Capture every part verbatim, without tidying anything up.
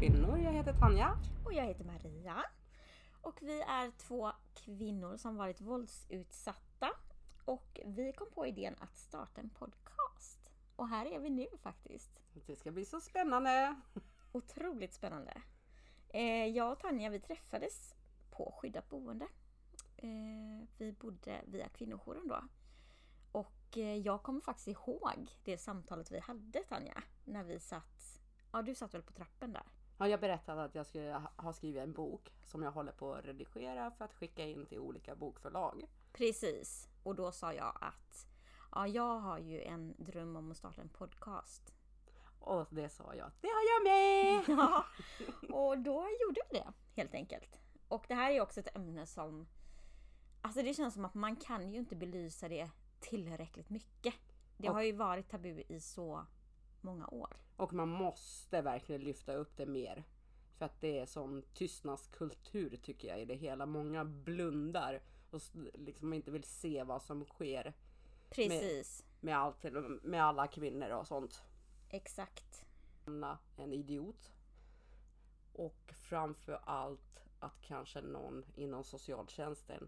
kvinnor. Jag heter Tanja. Och jag heter Maria. Och vi är två kvinnor som varit våldsutsatta. Och vi kom på idén att starta en podcast. Och här är vi nu faktiskt. Det ska bli så spännande. Otroligt spännande. Eh, jag och Tanja, vi träffades på skyddat boende. Eh, vi bodde via kvinnojouren då. Och eh, jag kommer faktiskt ihåg det samtalet vi hade, Tanja. När vi satt, ja du satt väl på trappen där. Ja, jag berättade att jag skulle ha skrivit en bok som jag håller på att redigera för att skicka in till olika bokförlag. Precis, och då sa jag att ja, jag har ju en dröm om att starta en podcast. Och det sa jag, det har jag med! Ja, och då gjorde vi det helt enkelt. Och det här är också ett ämne som, alltså det känns som att man kan ju inte belysa det tillräckligt mycket. Det och, har ju varit tabu i så många år. Och man måste verkligen lyfta upp det mer. För att det är sån tystnadskultur tycker jag i det hela. Många blundar och liksom inte vill se vad som sker. Precis. Med, med, allt, med alla kvinnor och sånt. Exakt. En idiot. Och framför allt att kanske någon inom socialtjänsten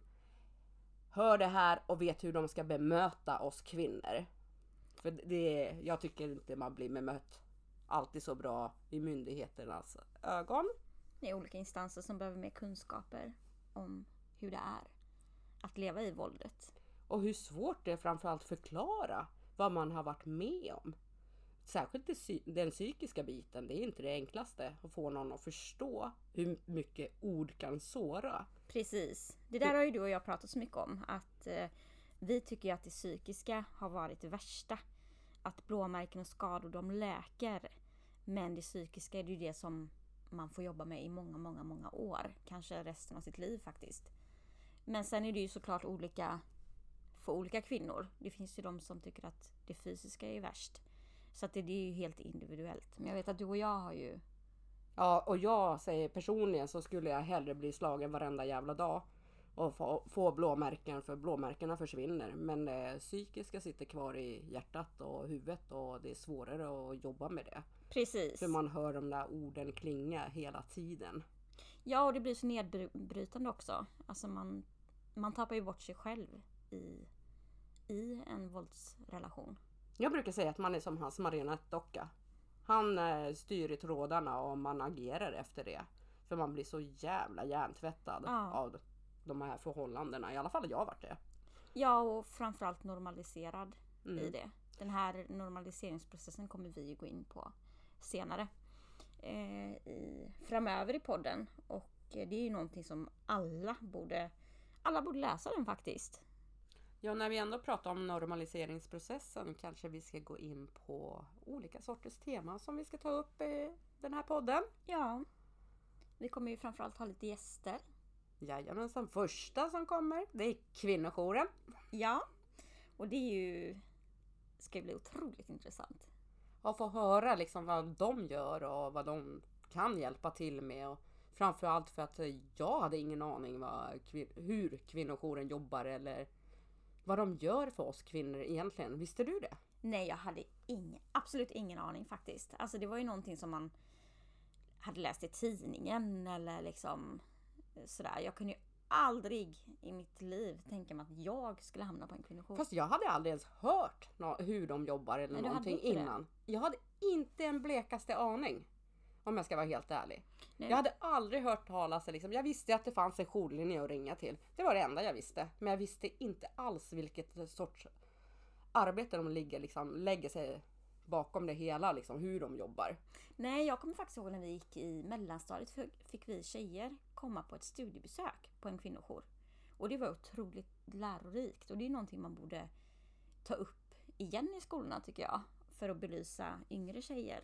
hör det här och vet hur de ska bemöta oss kvinnor. För det är, jag tycker inte man blir bemött alltid så bra i myndigheternas ögon. Det är olika instanser som behöver mer kunskaper om hur det är att leva i våldet. Och hur svårt det är framförallt förklara vad man har varit med om. Särskilt den psykiska biten, det är inte det enklaste att få någon att förstå hur mycket ord kan såra. Precis, det där har ju du och jag pratat så mycket om, att eh, vi tycker att det psykiska har varit det värsta. Att blåmärken och skador, de läker, men det psykiska är ju det som man får jobba med i många, många, många år, kanske resten av sitt liv faktiskt. Men sen är det ju såklart olika för olika kvinnor. Det finns ju de som tycker att det fysiska är värst. Så att det, det är ju helt individuellt. Men jag vet att du och jag har ju... Ja, och jag säger personligen så skulle jag hellre bli slagen varenda jävla dag. Och få, få blåmärken, för blåmärkena försvinner. Men det psykiska sitter kvar i hjärtat och huvudet och det är svårare att jobba med det. Precis. För man hör de där orden klinga hela tiden. Ja, och det blir så nedbrytande också. Alltså man, man tappar ju bort sig själv i, i en våldsrelation. Jag brukar säga att man är som hans marionettdocka. Han eh, styr i trådarna och man agerar efter det. För man blir så jävla hjärntvättad ja. av de här förhållandena. I alla fall jag har varit det. Ja, och framförallt normaliserad mm. i det. Den här normaliseringsprocessen kommer vi ju gå in på senare. Eh, i, framöver i podden. Och eh, det är ju någonting som alla borde, alla borde läsa den faktiskt. Ja, när vi ändå pratar om normaliseringsprocessen kanske vi ska gå in på olika sorters teman som vi ska ta upp i den här podden. Ja, vi kommer ju framförallt ha lite gäster. Jajamensan, första som kommer, det är kvinnojouren. Ja, och det är ju, ska bli otroligt intressant. Att få höra liksom vad de gör och vad de kan hjälpa till med. Och framförallt för att jag hade ingen aning vad, hur kvinnojouren jobbar eller vad de gör för oss kvinnor egentligen. Visste du det? Nej, jag hade ingen, absolut ingen aning faktiskt. Alltså det var ju någonting som man hade läst i tidningen eller liksom sådär. Jag kunde ju aldrig i mitt liv tänka mig att jag skulle hamna på en kvinnojour. Fast jag hade aldrig ens hört hur de jobbar eller Nej, någonting innan. Det. Jag hade inte en blekaste aning. Om jag ska vara helt ärlig. Nej. Jag hade aldrig hört talas. Liksom. Jag visste att det fanns en jourlinje att ringa till. Det var det enda jag visste. Men jag visste inte alls vilket sorts arbete de ligger, liksom, lägger sig bakom det hela. Liksom, hur de jobbar. Nej, jag kommer faktiskt ihåg när vi gick i mellanstadiet. Fick vi tjejer komma på ett studiebesök på en kvinnojour. Och det var otroligt lärorikt. Och det är någonting man borde ta upp igen i skolorna tycker jag. För att belysa yngre tjejer.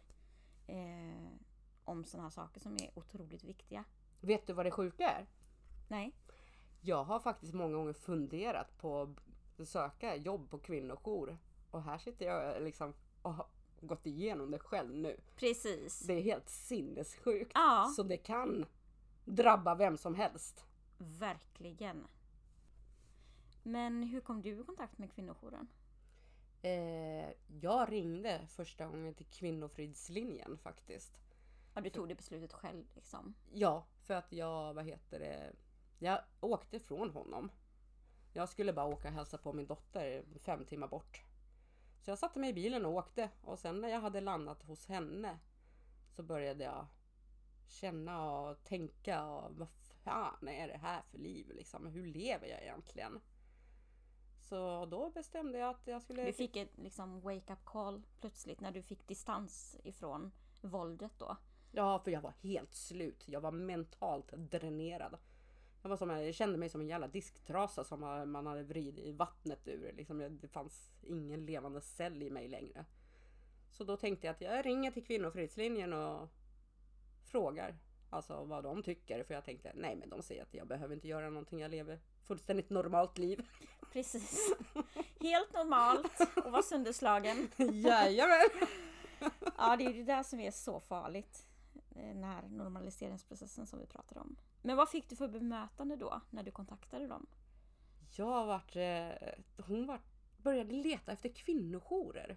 Eh... om sådana här saker som är otroligt viktiga. Vet du vad det sjuka är? Nej. Jag har faktiskt många gånger funderat på att söka jobb på kvinnojour. Och här sitter jag liksom och har gått igenom det själv nu. Precis. Det är helt sinnessjukt. Ja. Så det kan drabba vem som helst. Verkligen. Men hur kom du i kontakt med kvinnojouren? Eh, jag ringde första gången till Kvinnofridslinjen faktiskt. Ja, du tog det beslutet själv liksom. Ja, för att jag, vad heter det, jag åkte ifrån honom. Jag skulle bara åka och hälsa på min dotter fem timmar bort. Så jag satte mig i bilen och åkte. Och sen när jag hade landat hos henne så började jag känna och tänka. Och vad fan är det här för liv liksom? Hur lever jag egentligen? Så då bestämde jag att jag skulle... Du fick ett liksom wake-up call plötsligt när du fick distans ifrån våldet då. Ja, för jag var helt slut. Jag var mentalt dränerad. Jag, var som, jag kände mig som en jävla disktrasa som man hade vridit i vattnet ur. Liksom, det fanns ingen levande cell i mig längre. Så då tänkte jag att jag ringer till Kvinnofridslinjen och frågar alltså vad de tycker. För jag tänkte, nej men de säger att jag behöver inte göra någonting. Jag lever fullständigt normalt liv. Precis. Helt normalt och var sönderslagen. Jajamän. Ja, det är ju det där som är så farligt. Den här normaliseringsprocessen som vi pratade om. Men vad fick du för bemötande då när du kontaktade dem? Jag vart, eh, hon var, började leta efter kvinnojourer.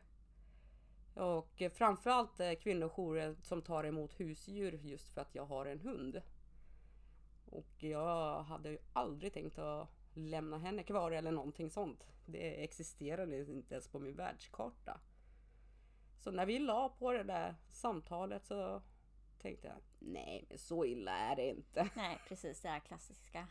Och framförallt eh, kvinnojourer som tar emot husdjur just för att jag har en hund. Och jag hade ju aldrig tänkt att lämna henne kvar eller någonting sånt. Det existerade inte ens på min världskarta. Så när vi la på det där samtalet så tänkte jag, nej men så illa är det inte. Nej, precis, det är klassiska.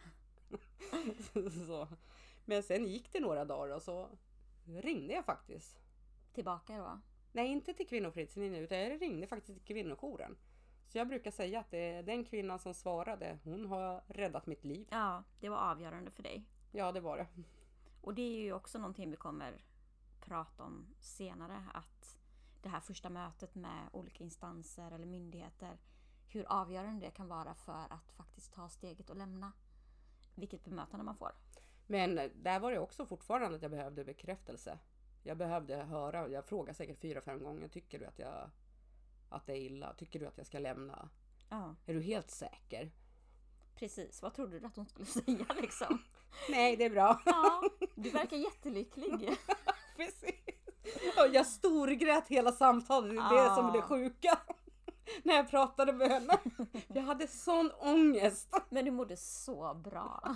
så. Men sen gick det några dagar och så ringde jag faktiskt. Tillbaka då? Nej, inte till Kvinnofridslinjen utan jag ringde faktiskt till kvinnojouren. Så jag brukar säga att det är den kvinnan som svarade, hon har räddat mitt liv. Ja, det var avgörande för dig. Ja, det var det. Och det är ju också någonting vi kommer prata om senare, att det här första mötet med olika instanser eller myndigheter, hur avgörande det kan vara för att faktiskt ta steget och lämna. Vilket bemötande man får. Men där var det också fortfarande att jag behövde bekräftelse. Jag behövde höra, jag frågade säkert fyra, fem gånger, tycker du att jag att det är illa? Tycker du att jag ska lämna? Ja. Är du helt säker? Precis, vad trodde du att hon skulle säga liksom? Nej, det är bra. Ja, du verkar jättelycklig. Precis. Och jag storgrät hela samtalet, det är det som är det sjuka. När jag pratade med henne. Jag hade sån ångest. Men du mådde så bra.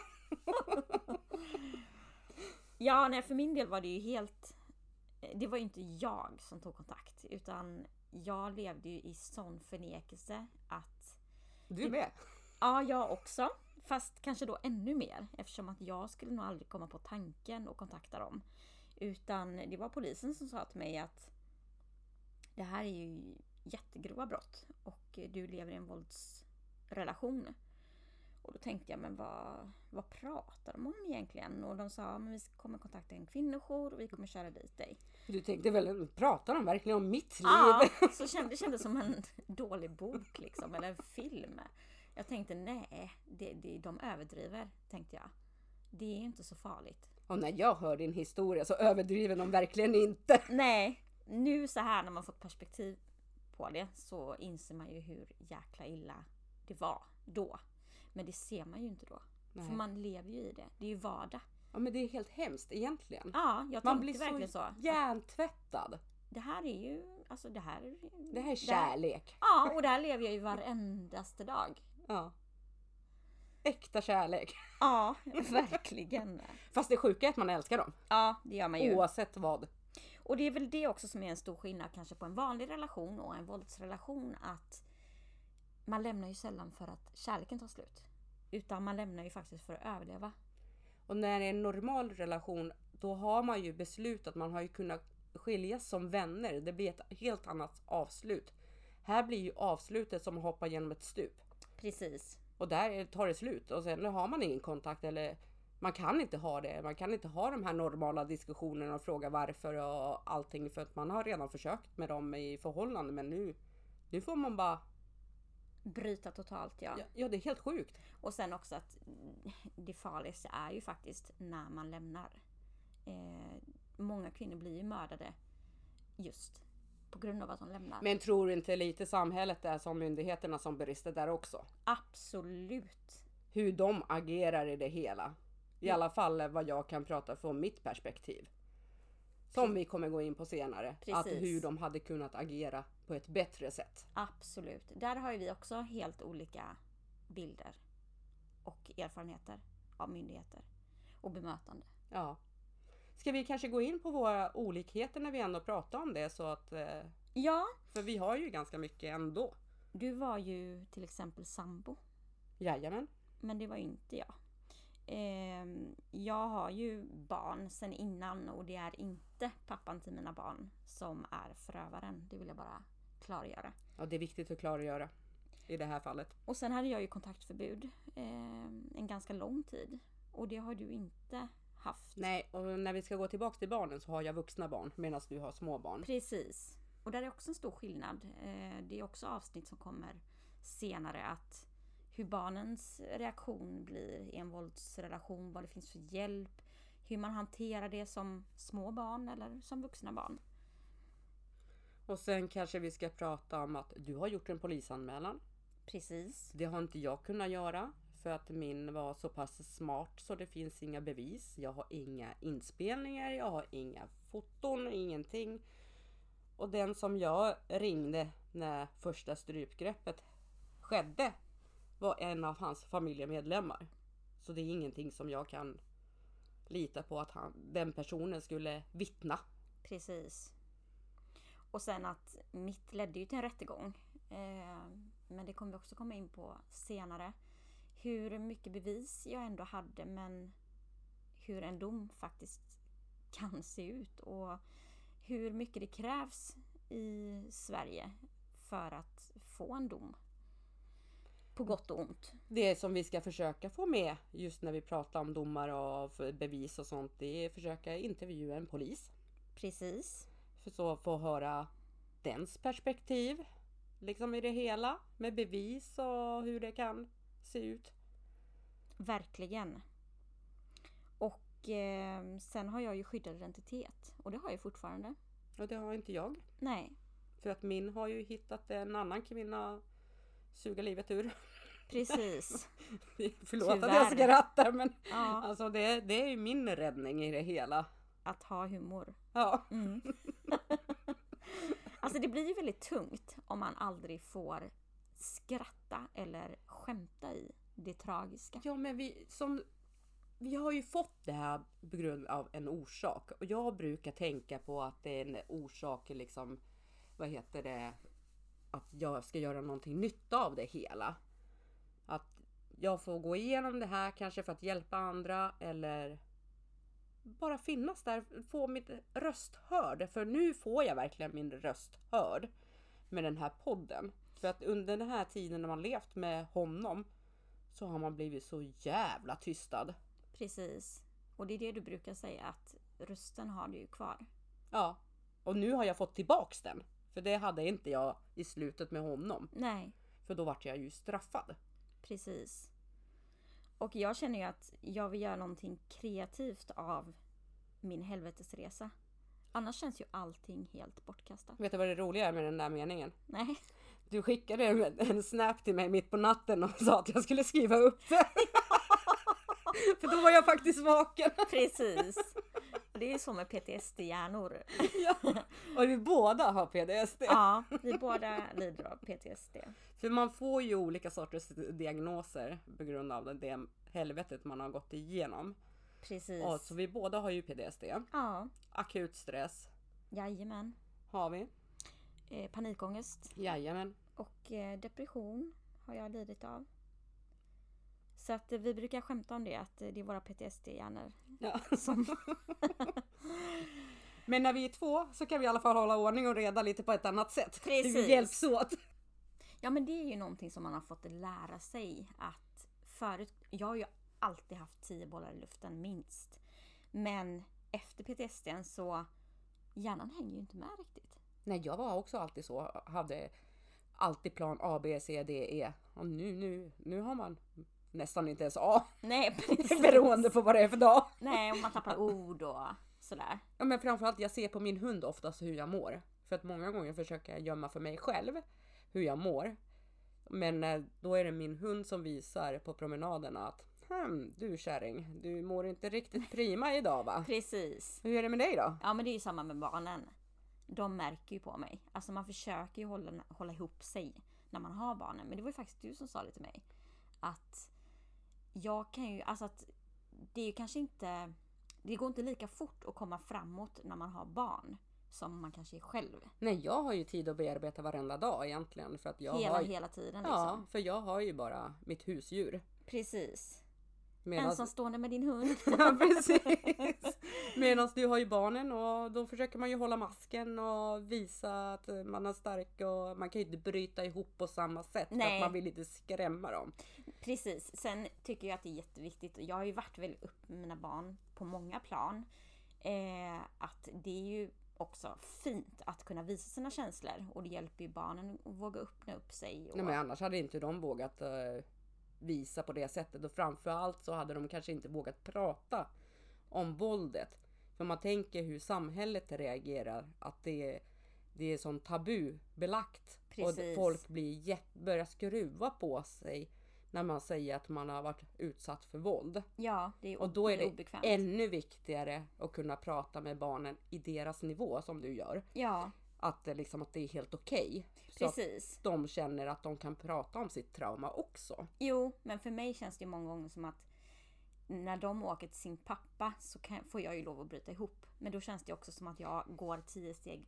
Ja, nej, för min del var det ju helt... Det var ju inte jag som tog kontakt. Utan jag levde ju i sån förnekelse att... Du med? Ja, jag också. Fast kanske då ännu mer. Eftersom att jag skulle nog aldrig komma på tanken och kontakta dem. Utan det var polisen som sa till mig att det här är ju jättegrova brott. Och du lever i en våldsrelation. Och då tänkte jag, men vad, vad pratar de om egentligen? Och de sa, men vi kommer kontakta en kvinnojour och vi kommer köra dit dig. Du tänkte väl, pratar de verkligen om mitt liv? Ja, så kände, det kändes som en dålig bok liksom, eller en film. Jag tänkte, nej, det, det, de överdriver, tänkte jag. Det är inte så farligt. Och när jag hör din historia så överdriver de verkligen inte. Nej, nu så här när man fått perspektiv på det så inser man ju hur jäkla illa det var då. Men det ser man ju inte då. Nej. För man lever ju i det. Det är ju vardag. Ja, men det är helt hemskt egentligen. Ja, jag man tänkte blir verkligen så. så hjärntvättad. Det här är ju, alltså det här... Det här är kärlek. Det här, ja, och där lever jag ju varendaste dag. Ja. Äkta kärlek. Ja, verkligen. Fast det sjuka är att man älskar dem. Ja, det gör man ju. Oavsett vad. Och det är väl det också som är en stor skillnad kanske på en vanlig relation och en våldsrelation. Att man lämnar ju sällan för att kärleken tar slut. Utan man lämnar ju faktiskt för att överleva. Och när det är en normal relation, då har man ju beslutat, man har ju kunnat skiljas som vänner. Det blir ett helt annat avslut. Här blir ju avslutet som att hoppa genom ett stup. Precis. Och där tar det slut. Och sen har man ingen kontakt eller man kan inte ha det. Man kan inte ha de här normala diskussionerna och fråga varför och allting. För att man har redan försökt med dem i förhållande. Men nu, nu får man bara... bryta totalt, ja. ja. Ja, det är helt sjukt. Och sen också att det farligaste är ju faktiskt när man lämnar. Eh, många kvinnor blir ju mördade just på grund av att de lämnar. Men tror du inte lite samhället är som myndigheterna som brister där också? Absolut. Hur de agerar i det hela. I ja. alla fall vad jag kan prata från mitt perspektiv. Som vi kommer gå in på senare. Precis. Att hur de hade kunnat agera på ett bättre sätt. Absolut. Där har ju vi också helt olika bilder och erfarenheter av myndigheter och bemötande. Ja. Ska vi kanske gå in på våra olikheter när vi ändå pratar om det? Så att, eh, Ja. för vi har ju ganska mycket ändå. Du var ju till exempel sambo. Jajamän. Men det var ju inte jag. Eh, jag har ju barn sedan innan och det är inte pappan till mina barn som är förövaren. Det vill jag bara klargöra. Ja, det är viktigt att klargöra i det här fallet. Och sen hade jag ju kontaktförbud eh, en ganska lång tid. Och det har du inte haft. Nej, och när vi ska gå tillbaka till barnen så har jag vuxna barn medan du har små barn. Precis. Och där är också en stor skillnad. Eh, det är också avsnitt som kommer senare att hur barnens reaktion blir i en våldsrelation, vad det finns för hjälp, hur man hanterar det som små barn eller som vuxna barn. Och sen kanske vi ska prata om att du har gjort en polisanmälan. Precis. Det har inte jag kunnat göra för att min var så pass smart så det finns inga bevis. Jag har inga inspelningar, jag har inga foton, ingenting. Och den som jag ringde när första strypgreppet skedde var en av hans familjemedlemmar. Så det är ingenting som jag kan lita på att han, den personen skulle vittna. Precis. Och sen att mitt ledde ju till en rättegång. Eh, men det kommer vi också komma in på senare. Hur mycket bevis jag ändå hade men hur en dom faktiskt kan se ut. Och hur mycket det krävs i Sverige för att få en dom. På gott och ont. Det som vi ska försöka få med just när vi pratar om domar och bevis och sånt, det är att försöka intervjua en polis. Precis. För så få höra dens perspektiv liksom i det hela med bevis och hur det kan se ut. Verkligen. Och eh, sen har jag ju skyddad identitet och det har jag fortfarande. Och det har inte jag. Nej. För att min har ju hittat en annan kvinna suga livet ur. Precis. Förlåt Tyvärr. att jag skrattar men Ja. alltså det, det är ju min räddning i det hela. Att ha humor. Ja. Mm. Alltså det blir ju väldigt tungt om man aldrig får skratta eller skämta i det tragiska. Ja men vi, som, vi har ju fått det här på grund av en orsak. Och jag brukar tänka på att det är en orsak liksom, vad heter det, att jag ska göra någonting nytta av det hela. Att jag får gå igenom det här kanske för att hjälpa andra eller bara finnas där, få mitt röst hörd. För nu får jag verkligen min röst hörd med den här podden. För att under den här tiden när man levt med honom så har man blivit så jävla tystad. Precis. Och det är det du brukar säga, att rösten har du ju kvar. Ja, och nu har jag fått tillbaks den. För det hade inte jag i slutet med honom. Nej, För då vart jag ju straffad. precis. Och jag känner ju att jag vill göra någonting kreativt av min helvetesresa. Annars känns ju allting helt bortkastat. Vet du vad det roliga är med den där meningen? Nej. Du skickade en, en snap till mig mitt på natten och sa att jag skulle skriva upp det. För då var jag faktiskt vaken. Precis. Det är så med P T S D-hjärnor. Ja. Och vi båda har P T S D. Ja, vi båda lider av P T S D. För man får ju olika sorters diagnoser på grund av det helvetet man har gått igenom. Precis. Och så vi båda har ju P T S D. Ja, Akut stress jajamän. har vi. Eh, panikångest Jajamän. och eh, depression har jag lidit av. Så att eh, vi brukar skämta om det, att eh, det är våra P T S D-hjärnor Ja. som... Men när vi är två så kan vi i alla fall hålla ordning och reda lite på ett annat sätt. Precis. Vi hjälps åt. Ja, men det är ju någonting som man har fått lära sig att förut, jag har ju alltid haft tio bollar i luften minst. Men efter P T S D så hjärnan hänger ju inte med riktigt. Nej, jag var också alltid så. Hade alltid plan A, B, C, D, E. Och nu, nu, nu har man nästan inte ens A. Nej, precis. Beroende på vad det är för dag. Nej, om man tappar ord och sådär. Ja, men framförallt jag ser på min hund oftast hur jag mår. För att många gånger försöker jag gömma för mig själv hur jag mår. Men eh, då är det min hund som visar på promenaderna att hm, du kärring, du mår inte riktigt prima idag va? Precis. Hur är det med dig då? Ja men det är ju samma med barnen. De märker ju på mig. Alltså man försöker ju hålla, hålla ihop sig när man har barnen. Men det var ju faktiskt du som sa det till mig. Att jag kan ju, alltså att det är ju kanske inte, det går inte lika fort att komma framåt när man har barn som man kanske är själv. Nej, jag har ju tid att bearbeta varenda dag egentligen. För att jag hela, har, hela tiden ja, liksom. för jag har ju bara mitt husdjur. Precis. Medan... Ensamstående med din hund. Ja, precis. Medan du har ju barnen och då försöker man ju hålla masken och visa att man är stark och man kan ju inte bryta ihop på samma sätt. Nej. För att man vill inte skrämma dem. Precis. Sen tycker jag att det är jätteviktigt. Jag har ju varit väldigt upp med mina barn på många plan. Eh, att det är ju också fint att kunna visa sina känslor. Och det hjälper ju barnen att våga öppna upp sig. Och... Nej, men annars hade inte de vågat... Uh... visa på det sättet och framförallt så hade de kanske inte vågat prata om våldet. För man tänker hur samhället reagerar, att det är, det är sån tabubelagt. Precis. Och folk blir jätt, börjar skruva på sig när man säger att man har varit utsatt för våld. Ja, det är och då är det obekvämt. Ännu viktigare att kunna prata med barnen i deras nivå som du gör. Ja. Att det, liksom, att det är helt okej. Precis. Så att de känner att de kan prata om sitt trauma också. Jo, men för mig känns det många gånger som att när de åker till sin pappa så kan, får jag ju lov att bryta ihop. Men då känns det också som att jag går tio steg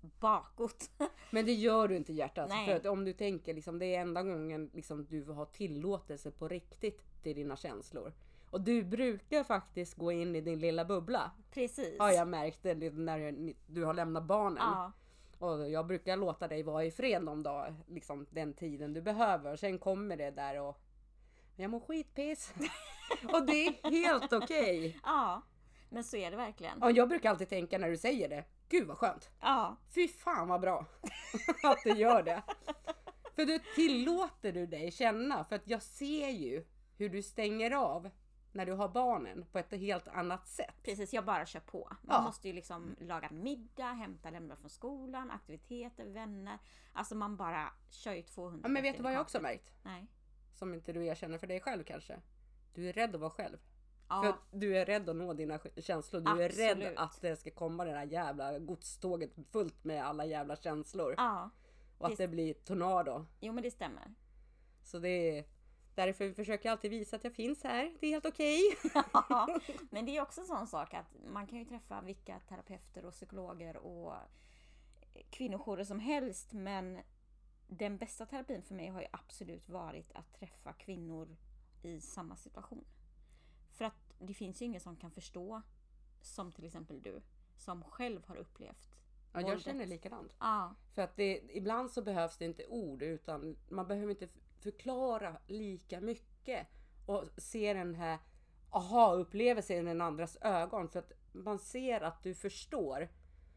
bakåt. Men det gör du inte hjärtat. Nej. För att om du tänker liksom, det är enda gången liksom, du har tillåtelse på riktigt till dina känslor. Och du brukar faktiskt gå in i din lilla bubbla. Precis. Har jag märkt det när du har lämnat barnen. Ja. Och jag brukar låta dig vara i fred någon dag, liksom den tiden du behöver. Sen kommer det där och jag mår skitpiss. Och det är helt okej. Okay. Ja, men så är det verkligen. Och jag brukar alltid tänka när du säger det, gud vad skönt. Ja. Fy fan vad bra att du gör det. För då tillåter du dig känna, för att jag ser ju hur du stänger av när du har barnen på ett helt annat sätt. Precis, jag bara kör på. Man ja. måste ju liksom laga middag, hämta, lämna från skolan, aktiviteter, vänner. Alltså man bara kör ju tvåhundra. Ja, men vet du vad jag också märkt? Nej. Som inte du erkänner för dig själv kanske. Du är rädd att vara själv. Ja. För du är rädd att nå dina känslor. Du Absolut. är rädd att det ska komma det där jävla godståget fullt med alla jävla känslor. Ja. Och att det, det blir tornado. Jo, men det stämmer. Så det är... Därför försöker jag alltid visa att jag finns här. Det är helt okej. Okay. Ja, men det är också en sån sak att man kan ju träffa vilka terapeuter och psykologer och kvinnojourer som helst. Men den bästa terapin för mig har ju absolut varit att träffa kvinnor i samma situation. För att det finns ju ingen som kan förstå, som till exempel du, som själv har upplevt Ja, jag känner likadant. Ja. För att det, ibland så behövs det inte ord, utan man behöver inte förklara lika mycket och se den här aha-upplevelsen i den andras ögon, för att man ser att du förstår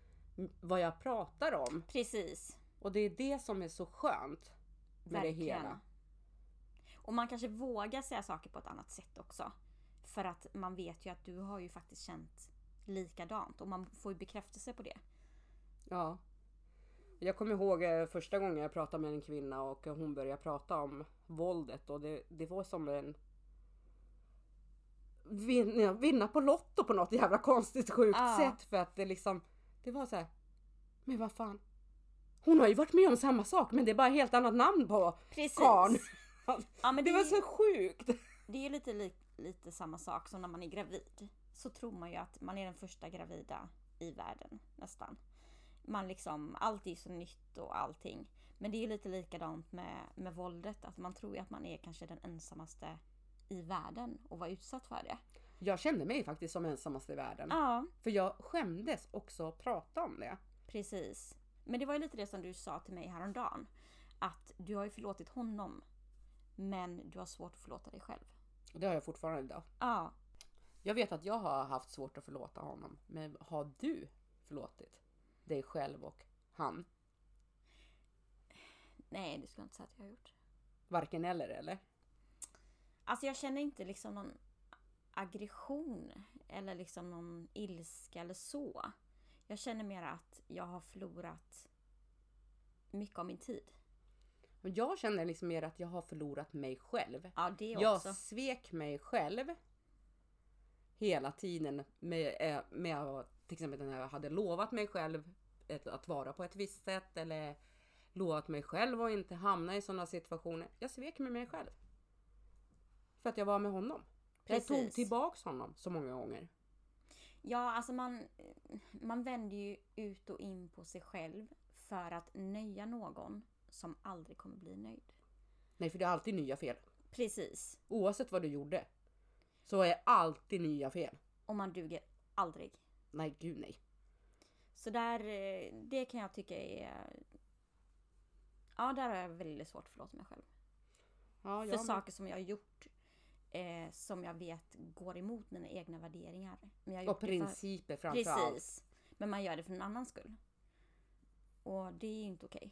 vad jag pratar om. Precis. Och det är det som är så skönt med Verkligen. Det hela. Och man kanske vågar säga saker på ett annat sätt också. För att man vet ju att du har ju faktiskt känt likadant och man får ju bekräftelse på det. Ja. Jag kommer ihåg första gången jag pratade med en kvinna och hon började prata om våldet och det, det var som en vinna, vinna på lotto på något jävla konstigt sjukt ja. sätt, för att det liksom det var så här, men vad fan, hon har ju varit med om samma sak men det är bara helt annat namn på karln. Ja, men det, det var så sjukt. Det är ju lite, lite, lite samma sak som när man är gravid. Så tror man ju att man är den första gravida i världen nästan. Man liksom, allt är så nytt och allting. Men det är ju lite likadant med, med våldet. Att man tror ju att man är kanske den ensammaste i världen och var utsatt för det. Jag kände mig faktiskt som ensammaste i världen. Ja. För jag skämdes också att prata om det. Precis. Men det var ju lite det som du sa till mig häromdagen. Att du har ju förlåtit honom. Men du har svårt att förlåta dig själv. Det har jag fortfarande idag. Ja. Jag vet att jag har haft svårt att förlåta honom. Men har du förlåtit dig själv och han? Nej, det skulle jag inte säga att jag har gjort. Varken eller, eller? Alltså jag känner inte liksom någon aggression. Eller liksom någon ilska eller så. Jag känner mer att jag har förlorat mycket av min tid. Jag känner liksom mer att jag har förlorat mig själv. Ja, det Jag också. svek mig själv hela tiden med, eh, med att, till exempel när jag hade lovat mig själv ett, att vara på ett visst sätt eller lovat mig själv att inte hamna i sådana situationer. Jag svek med mig själv. För att jag var med honom. Precis. Jag tog tillbaks honom så många gånger. Ja, alltså man, man vänder ju ut och in på sig själv för att nöja någon som aldrig kommer bli nöjd. Nej, för det är alltid nya fel. Precis. Oavsett vad du gjorde så är alltid nya fel. Och man duger aldrig. Nej, gud nej. Så där, eh, det kan jag tycka är... Ja, där har jag väldigt svårt att förlåta mig själv. Ja, För ja, men... saker som jag har gjort eh, som jag vet går emot mina egna värderingar. Men jag har Och gjort det principer för... framför allt. Precis. Men man gör det för en annan skull. Och det är ju inte okej.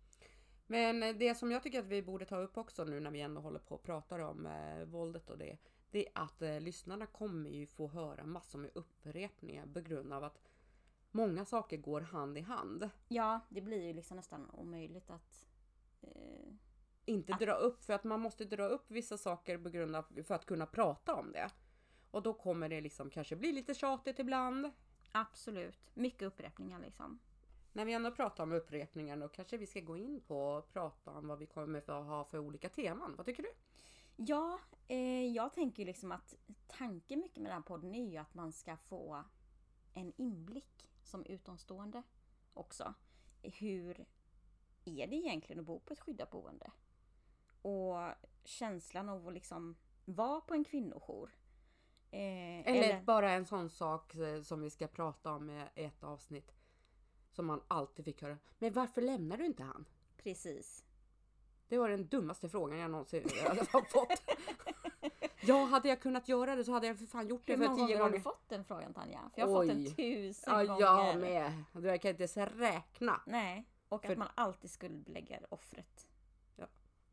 Men det som jag tycker att vi borde ta upp också nu när vi ändå håller på och pratar om eh, våldet och det. Det är att eh, lyssnarna kommer ju få höra massor med upprepningar på grund av att många saker går hand i hand. Ja, det blir ju liksom nästan omöjligt att... Eh... Inte Att- dra upp, för att man måste dra upp vissa saker på grund av, för att kunna prata om det. Och då kommer det liksom kanske bli lite tjatigt ibland. Absolut. Mycket upprepningar liksom. När vi ändå pratar om upprepningar då kanske vi ska gå in på och prata om vad vi kommer att ha för olika teman. Vad tycker du? Ja, eh, jag tänker ju liksom att tanken mycket med den här podden är ju att man ska få en inblick som utomstående också. Hur är det egentligen att bo på ett skyddat boende? Och känslan av att liksom vara på en kvinnojour. Eh, Eller, eller, bara en sån sak eh, som vi ska prata om i ett avsnitt. Som man alltid fick höra. Men varför lämnar du inte han? precis. Det var den dummaste frågan jag någonsin har fått. Ja, hade jag kunnat göra det så hade jag för fan gjort det Hur för många tio gånger har du gånger. fått den frågan, Tanja? För jag har Oj. fått den tusen Ja, gånger. jag med. Du kan inte ens räkna. Nej, och För- att man alltid skuldbelägger offret. Ja.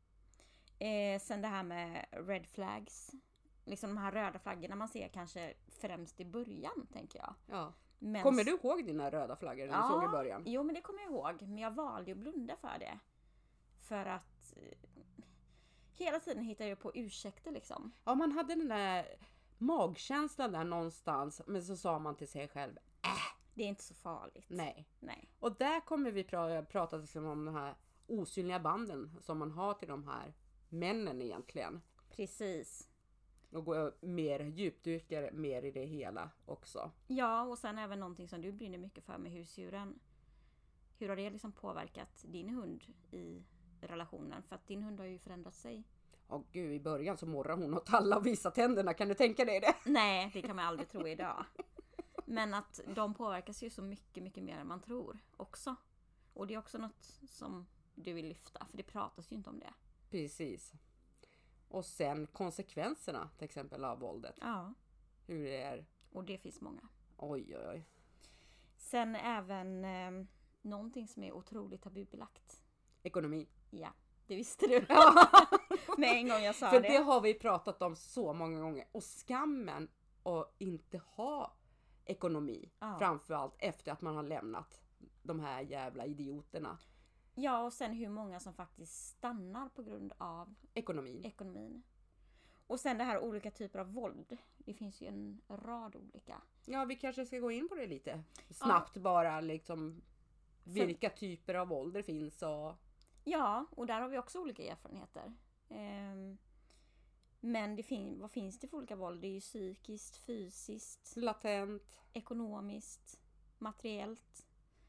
Eh, sen det här med red flags. Liksom de här röda flaggorna man ser kanske främst i början, tänker jag. Ja. Men Kommer du ihåg dina röda flaggor du såg i början? Jo, men det kommer jag ihåg. Men jag valde ju att blunda för det. För att eh, hela tiden hittar jag på ursäkter liksom. Ja, man hade den där magkänslan där någonstans. Men så sa man till sig själv. Det är inte så farligt. Nej. Nej. Och där kommer vi pra- prata liksom om de här osynliga banden som man har till de här männen egentligen. Precis. Och gå mer djupdyker mer i det hela också. Ja, och sen även någonting som du brinner mycket för med husdjuren. Hur har det liksom påverkat din hund i relationen? För att din hund har ju förändrat sig. Åh gud, i början så morrar hon åt alla och visar tänderna. Kan du tänka dig det? Nej, det kan man aldrig tro idag. Men att de påverkas ju så mycket, mycket mer än man tror också. Och det är också något som du vill lyfta, för det pratas ju inte om det. Precis. Och sen konsekvenserna till exempel av våldet. Ja, Hur det är. och det finns många. Oj, oj, oj. Sen även eh, någonting som är otroligt tabubelagt. Ekonomi. Ja, det visste du. Med en gång jag sa För det. det har vi pratat om så många gånger. Och skammen att inte ha ekonomi. Ja. Framförallt efter att man har lämnat de här jävla idioterna. Ja, och sen hur många som faktiskt stannar på grund av Ekonomin. ekonomin. Och sen det här olika typer av våld. Det finns ju en rad olika. Ja, vi kanske ska gå in på det lite. Snabbt bara liksom. Vilka typer av våld det finns och... Ja, och där har vi också olika erfarenheter. Ehm, men det fin- vad finns det för olika våld? Det är ju psykiskt, fysiskt, Latent. ekonomiskt, materiellt.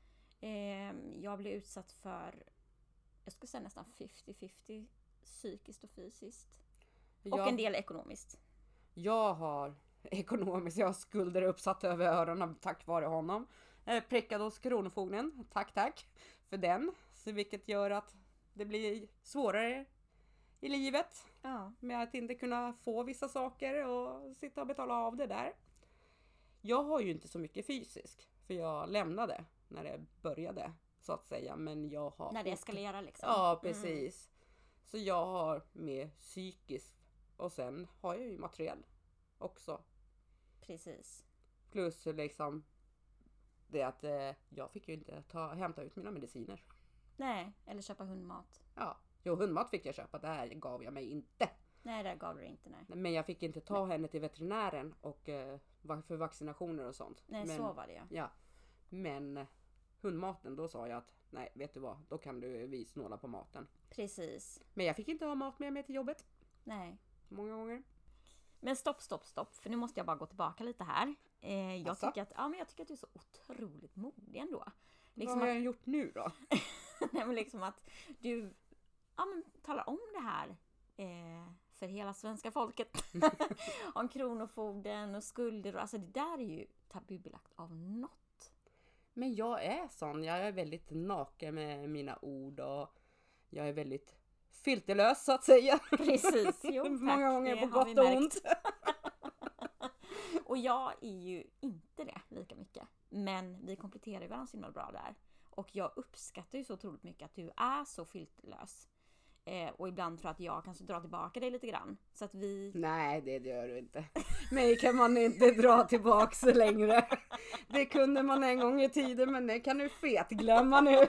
Ehm, jag blev utsatt för, jag skulle säga nästan femtio femtio psykiskt och fysiskt. Och Jag, en del ekonomiskt. jag har ekonomiskt, jag har skulder uppsatt över öronen tack vare honom. Eh, prickad hos kronofogden. Tack, tack för den. Så vilket gör att det blir svårare i livet. Ja, Med att inte kunna få vissa saker och sitta och betala av det där. Jag har ju inte så mycket fysisk. För jag lämnade när det började så att säga. Men jag har... när det eskalerar liksom. Ja, precis. Så jag har mer psykiskt. Och sen har jag ju materiell också. Precis. Plus liksom det att eh, jag fick ju inte ta, hämta ut mina mediciner. Nej, eller köpa hundmat. Ja, Jo, hundmat fick jag köpa. Det här gav jag mig inte. Nej, det gav du inte, nej. Men jag fick inte ta henne till veterinären och eh, för vaccinationer och sånt. Nej, men, så var det ja. Ja. Men eh, hundmaten, då sa jag att nej, vet du vad? Då kan du vi snåla på maten. Precis. Men jag fick inte ha mat med mig till jobbet. Nej. Många gånger. Men stopp, stopp, stopp. För nu måste jag bara gå tillbaka lite här. Eh, jag, Asså? tycker att, ja, men jag tycker att du är så otroligt modig ändå. Liksom Vad har att, jag gjort nu då? nej, men liksom att du ja, men, talar om det här eh, för hela svenska folket. Om kronofogden och skulder. Och, alltså det där är ju tabubelagt av något. Men jag är sån. Jag är väldigt naken med mina ord och jag är väldigt filterlös så att säga. Precis, jo, tack. Många gånger Det på har vi gott och märkt. ont. Och jag är ju inte det lika mycket. Men vi kompletterar ju varandra så himla bra där. Och jag uppskattar ju så otroligt mycket att du är så filterlös. Eh, och ibland tror jag att jag kanske drar tillbaka dig lite grann. Så att vi... Nej, det gör du inte. Mig kan man inte dra tillbaka så längre. Det kunde man en gång i tiden, men det kan du fet glömma nu.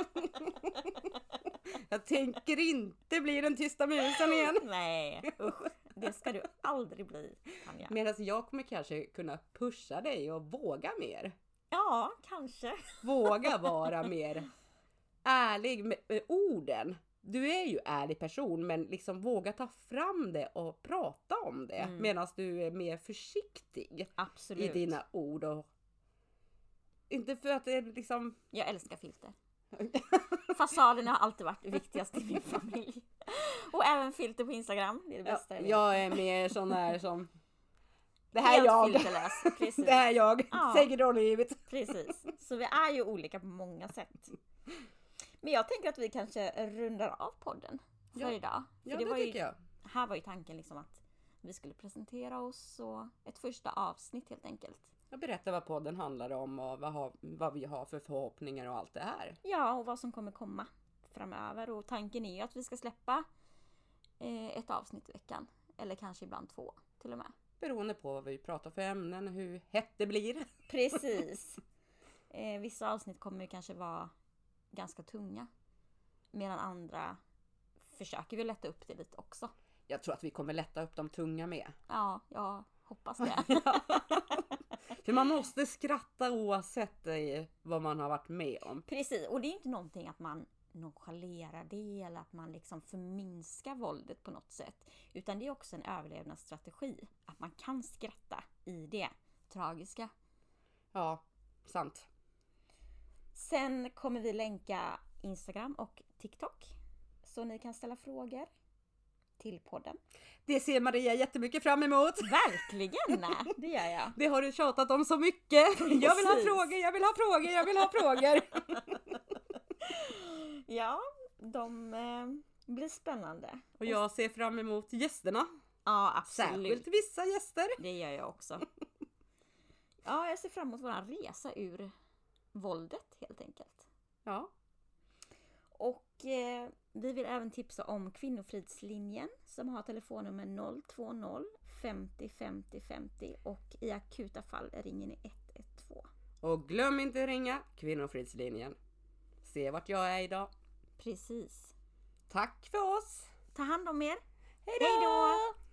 Jag tänker inte bli den tysta musen igen. Nej, usch. Det ska du aldrig bli, Tanja. Medan jag kommer kanske kunna pusha dig och våga mer. Ja, kanske. Våga vara mer ärlig med, med orden. Du är ju ärlig person, men liksom våga ta fram det och prata om det. Mm. Medan du är mer försiktig Absolut. i dina ord. Och inte för att det är liksom... Jag älskar filter. Fasaden har alltid varit det viktigaste i min familj. Och även filter på Instagram. Det är det bästa Ja, jag vet. jag är mer sån här som... Det här är Helt jag. filterlös. Precis. Det här är jag. Ja. Säkert roll i livet. Precis. Så vi är ju olika på många sätt. Men jag tänker att vi kanske rundar av podden för Ja. idag. För Ja, det, var ju, tycker jag. här var ju tanken liksom att vi skulle presentera oss och ett första avsnitt helt enkelt. Jag berättar vad podden handlar om och vad, har, vad vi har för förhoppningar och allt det här. Ja, och vad som kommer komma framöver. Och tanken är ju att vi ska släppa eh, ett avsnitt i veckan. Eller kanske ibland två till och med. Beroende på vad vi pratar för ämnen och hur hett det blir. Precis. Eh, vissa avsnitt kommer ju kanske vara ganska tunga. Medan andra försöker vi lätta upp det lite också. Jag tror att vi kommer lätta upp de tunga med. Ja, jag hoppas det. För man måste skratta oavsett eh, vad man har varit med om. Precis, och det är inte någonting att man nonchalerar det eller att man liksom förminskar våldet på något sätt. Utan det är också en överlevnadsstrategi. Att man kan skratta i det tragiska. Ja, sant. Sen kommer vi länka Instagram och TikTok. Så ni kan ställa frågor till podden. Det ser Maria jättemycket fram emot. Verkligen, nej, det gör jag. Det har du tjatat om så mycket. Precis. Jag vill ha frågor, jag vill ha frågor, jag vill ha frågor. Ja, de eh, blir spännande. Och jag ser fram emot gästerna. Ja, absolut. Särskilt vissa gäster. Det gör jag också. Ja, jag ser fram emot vår resa ur våldet helt enkelt. Ja. Och eh, vi vill även tipsa om Kvinnofridslinjen som har telefonnummer noll två noll femtio femtio femtio och i akuta fall ringer ni ett ett två. Och glöm inte ringa Kvinnofridslinjen. Se vart jag är idag. Precis. Tack för oss. Ta hand om er. Hej Hej då! då!